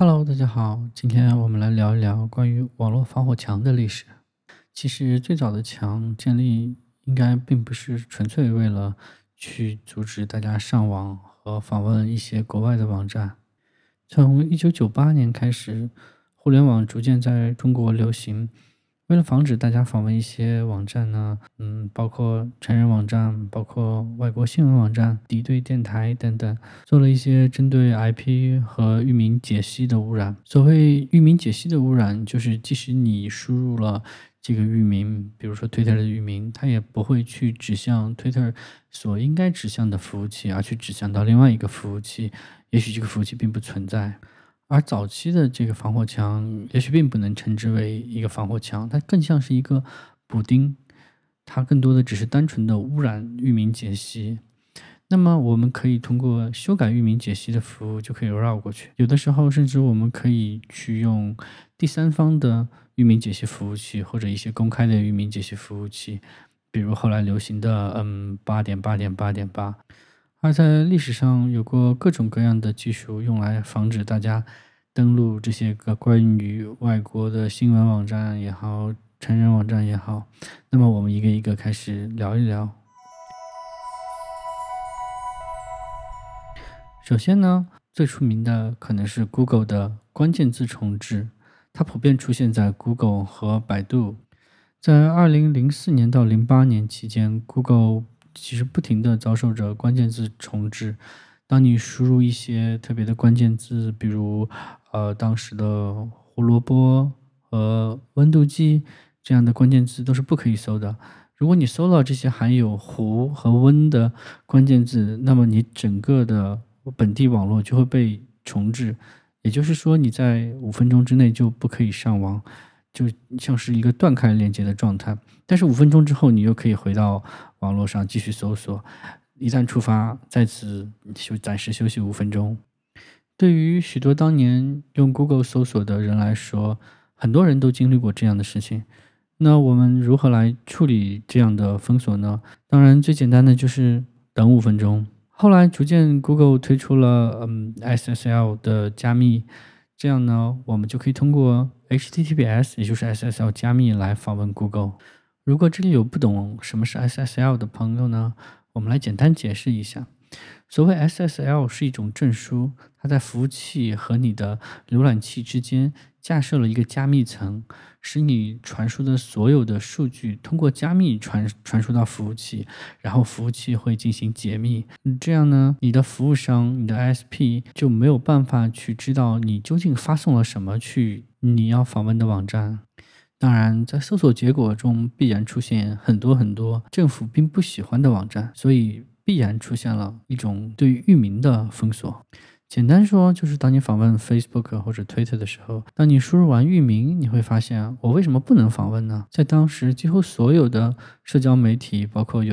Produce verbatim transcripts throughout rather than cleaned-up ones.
Hello，大家好，今天我们来聊一聊关于网络防火墙的历史。其实最早的墙建立应该并不是纯粹为了去阻止大家上网和访问一些国外的网站。从一九九八年开始，互联网逐渐在中国流行。为了防止大家访问一些网站呢，嗯，包括成人网站，包括外国新闻网站、敌对电台等等，做了一些针对 I P 和域名解析的污染。所谓域名解析的污染，就是即使你输入了这个域名，比如说 Twitter 的域名，它也不会去指向 Twitter 所应该指向的服务器，而去指向到另外一个服务器，也许这个服务器并不存在。而早期的这个防火墙也许并不能称之为一个防火墙，它更像是一个补丁，它更多的只是单纯的污染域名解析。那么我们可以通过修改域名解析的服务就可以绕过去，有的时候甚至我们可以去用第三方的域名解析服务器或者一些公开的域名解析服务器，比如后来流行的嗯八点八点八点八。而在历史上有过各种各样的技术用来防止大家登录这些个关于外国的新闻网站也好，成人网站也好。那么我们一个一个开始聊一聊。首先呢，最出名的可能是 Google 的关键字重置，它普遍出现在 Google 和百度。在二零零四年到零八年期间 ，Google 其实不停地遭受着关键字重置。当你输入一些特别的关键字，比如呃当时的胡萝卜和温度计这样的关键字都是不可以搜的。如果你搜到这些含有胡和温的关键字，那么你整个的本地网络就会被重置，也就是说你在五分钟之内就不可以上网，就像是一个断开连接的状态。但是五分钟之后，你又可以回到网络上继续搜索，一旦触发，在此休暂时休息五分钟。对于许多当年用 Google 搜索的人来说，很多人都经历过这样的事情。那我们如何来处理这样的封锁呢？当然，最简单的就是等五分钟。后来逐渐 Google 推出了嗯 S S L 的加密，这样呢，我们就可以通过 H T T P S， 也就是 S S L 加密来访问 Google。如果这里有不懂什么是 S S L 的朋友呢，我们来简单解释一下。所谓 S S L 是一种证书，它在服务器和你的浏览器之间架设了一个加密层，使你传输的所有的数据通过加密传传输到服务器，然后服务器会进行解密。这样呢，你的服务商、你的 I S P 就没有办法去知道你究竟发送了什么去你要访问的网站。当然，在搜索结果中必然出现很多很多政府并不喜欢的网站，所以必然出现了一种对于域名的封锁。简单说，就是当你访问 Facebook 或者 Twitter 的时候，当你输入完域名，你会发现，我为什么不能访问呢？在当时，几乎所有的社交媒体，包括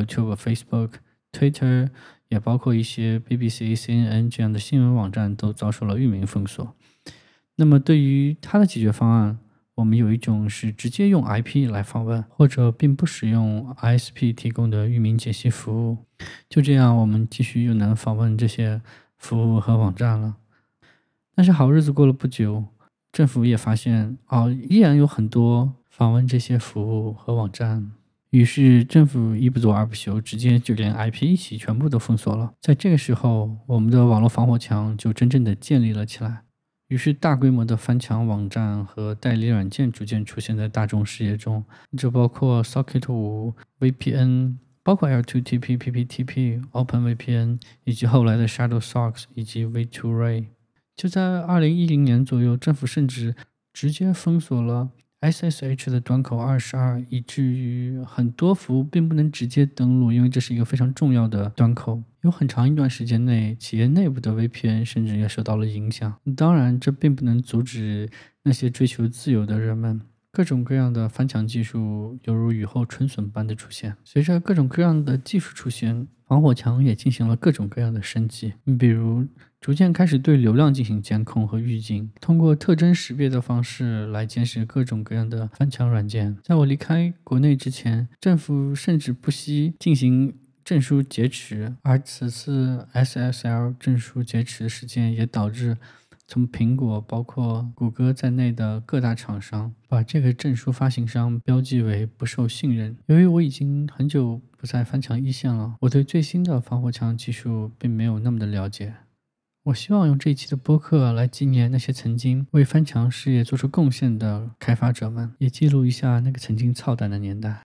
YouTube、Facebook、Twitter，也包括一些 B B C、C N N 这样的新闻网站，都遭受了域名封锁。那么，对于它的解决方案，我们有一种是直接用 I P 来访问，或者并不使用 I S P 提供的域名解析服务。就这样，我们继续又能访问这些服务和网站了。但是好日子过了不久，政府也发现哦，依然有很多访问这些服务和网站。于是政府一不做二不休，直接就连 I P 一起全部都封锁了。在这个时候，我们的网络防火墙就真正的建立了起来。于是，大规模的翻墙网站和代理软件逐渐出现在大众视野中，这包括 Socket 五、V P N， 包括 L 二 T P、P P T P、OpenVPN， 以及后来的 Shadowsocks 以及 V 二 Ray。就在二零一零年左右，政府甚至直接封锁了 S S H 的端口二十二，以至于很多服务并不能直接登录，因为这是一个非常重要的端口。有很长一段时间内，企业内部的 V P N 甚至也受到了影响。当然，这并不能阻止那些追求自由的人们。各种各样的翻墙技术犹如雨后春笋般的出现。随着各种各样的技术出现，防火墙也进行了各种各样的升级。比如，逐渐开始对流量进行监控和预警，通过特征识别的方式来监视各种各样的翻墙软件。在我离开国内之前，政府甚至不惜进行证书劫持，而此次 S S L 证书劫持事件也导致从苹果包括谷歌在内的各大厂商把这个证书发行商标记为不受信任。由于我已经很久不再翻墙一线了，我对最新的防火墙技术并没有那么的了解。我希望用这一期的播客来纪念那些曾经为翻墙事业做出贡献的开发者们，也记录一下那个曾经操蛋的年代。